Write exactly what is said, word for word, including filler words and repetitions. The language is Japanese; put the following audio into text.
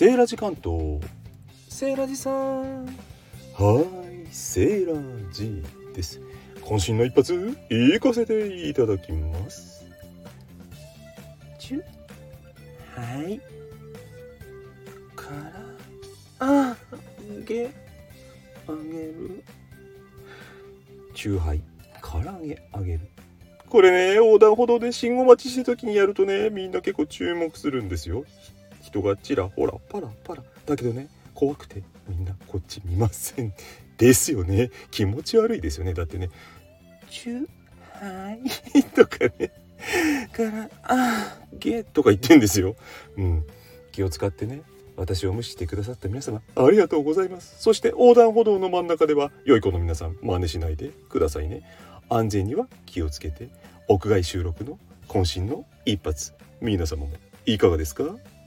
セーラジ関東。セーラジさん。はい、セーラジです。渾身の一発行かせていただきます。チュはいからあげあげるチューハイから揚げあげる。これね、横断歩道で信号待ちしてる時にやるとね、みんな結構注目するんですよ。人がちらほらパラパラだけどね、怖くてみんなこっち見ませんですよね。気持ち悪いですよね。だってね、チューハイとかねからあげとか言ってんですよ。うん、気を使ってね、私を無視してくださった皆様ありがとうございます。そして横断歩道の真ん中では良い子の皆さん真似しないでくださいね。安全には気をつけて、屋外収録の渾身の一発、皆様もいかがですか？